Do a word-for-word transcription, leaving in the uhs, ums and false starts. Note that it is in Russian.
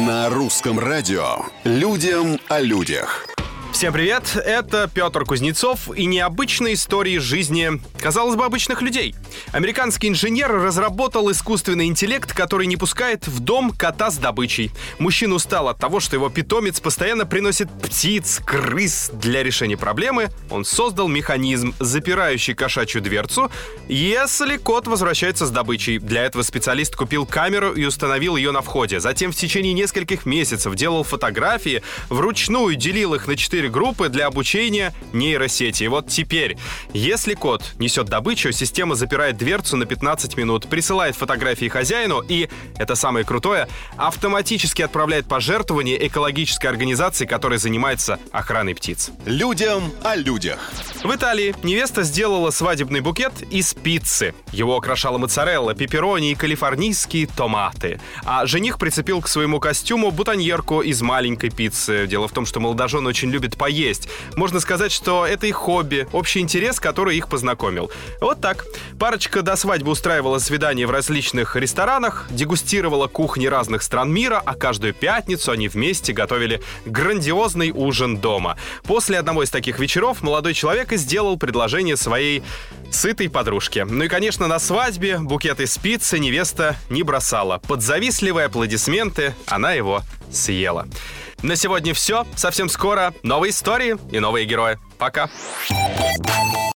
На русском радио «Людям о людях». Всем привет, это Петр Кузнецов и необычные истории жизни, казалось бы, обычных людей. Американский инженер разработал искусственный интеллект, который не пускает в дом кота с добычей. Мужчина устал от того, что его питомец постоянно приносит птиц, крыс. Для решения проблемы он создал механизм, запирающий кошачью дверцу, если кот возвращается с добычей. Для этого специалист купил камеру и установил ее на входе. Затем в течение нескольких месяцев делал фотографии, вручную делил их на четыре группы для обучения нейросети. И вот теперь, если кот несет добычу, система запирает дверцу на пятнадцать минут, присылает фотографии хозяину и, это самое крутое, автоматически отправляет пожертвования экологической организации, которая занимается охраной птиц. Людям о людях. В Италии невеста сделала свадебный букет из пиццы. Его украшала моцарелла, пепперони и калифорнийские томаты. А жених прицепил к своему костюму бутоньерку из маленькой пиццы. Дело в том, что молодожены очень любят поесть. Можно сказать, что это их хобби, общий интерес, который их познакомил. Вот так. Парочка до свадьбы устраивала свидания в различных ресторанах, дегустировала кухни разных стран мира, а каждую пятницу они вместе готовили грандиозный ужин дома. После одного из таких вечеров молодой человек и сделал предложение своей сытой подружке. Ну и, конечно, на свадьбе букет из пиццы невеста не бросала. Под завистливые аплодисменты она его съела. На сегодня все. Совсем скоро новые истории и новые герои. Пока.